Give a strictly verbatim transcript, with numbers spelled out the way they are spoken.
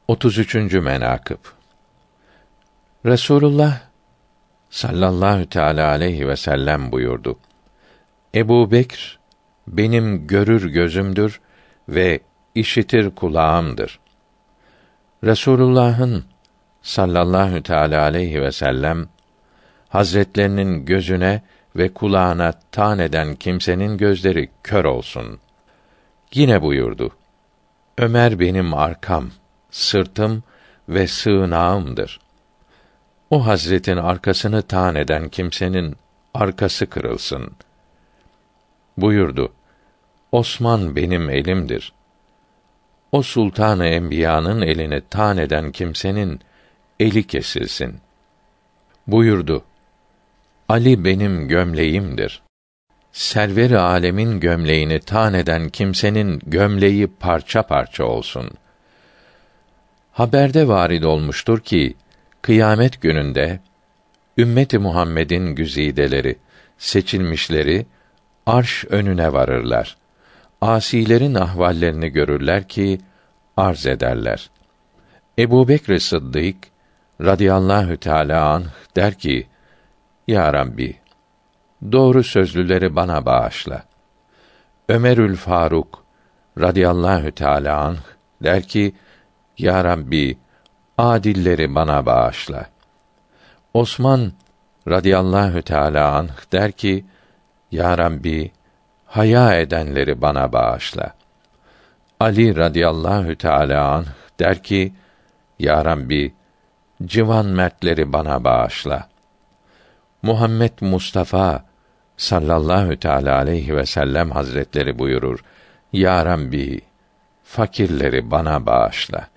otuz üçüncü menakıb Resulullah sallallahu teâlâ aleyhi ve sellem buyurdu: Ebu Bekr benim görür gözümdür ve işitir kulağımdır. Resulullah'ın sallallahu teâlâ aleyhi ve sellem Hazretlerinin gözüne ve kulağına tân eden kimsenin gözleri kör olsun. Yine buyurdu: Ömer benim arkam, sırtım ve sığınağımdır. O Hazretin arkasını tân eden kimsenin arkası kırılsın. Buyurdu: Osman benim elimdir. O Sultan-ı Enbiya'nın elini tân eden kimsenin eli kesilsin. Buyurdu: Ali benim gömleğimdir. Server-i âlemin gömleğini tân eden kimsenin gömleği parça parça olsun. Haberde varid olmuştur ki, kıyamet gününde ümmeti Muhammed'in güzideleri, seçilmişleri arş önüne varırlar. Asilerin ahvallerini görürler ki arz ederler. Ebu Bekr Sıddık radıyallahu teâlâ anh der ki: Ya Rabbi, doğru sözlüleri bana bağışla. Ömerül Faruk radıyallahu teâlâ anh der ki: Ya Rabbi, adilleri bana bağışla. Osman radıyallahu teâlâ anh der ki: Ya Rabbi, haya edenleri bana bağışla. Ali radıyallahu teâlâ anh der ki: Ya Rabbi, civan mertleri bana bağışla. Muhammed Mustafa sallallahu teâlâ aleyhi ve sellem Hazretleri buyurur: Ya Rabbi, fakirleri bana bağışla.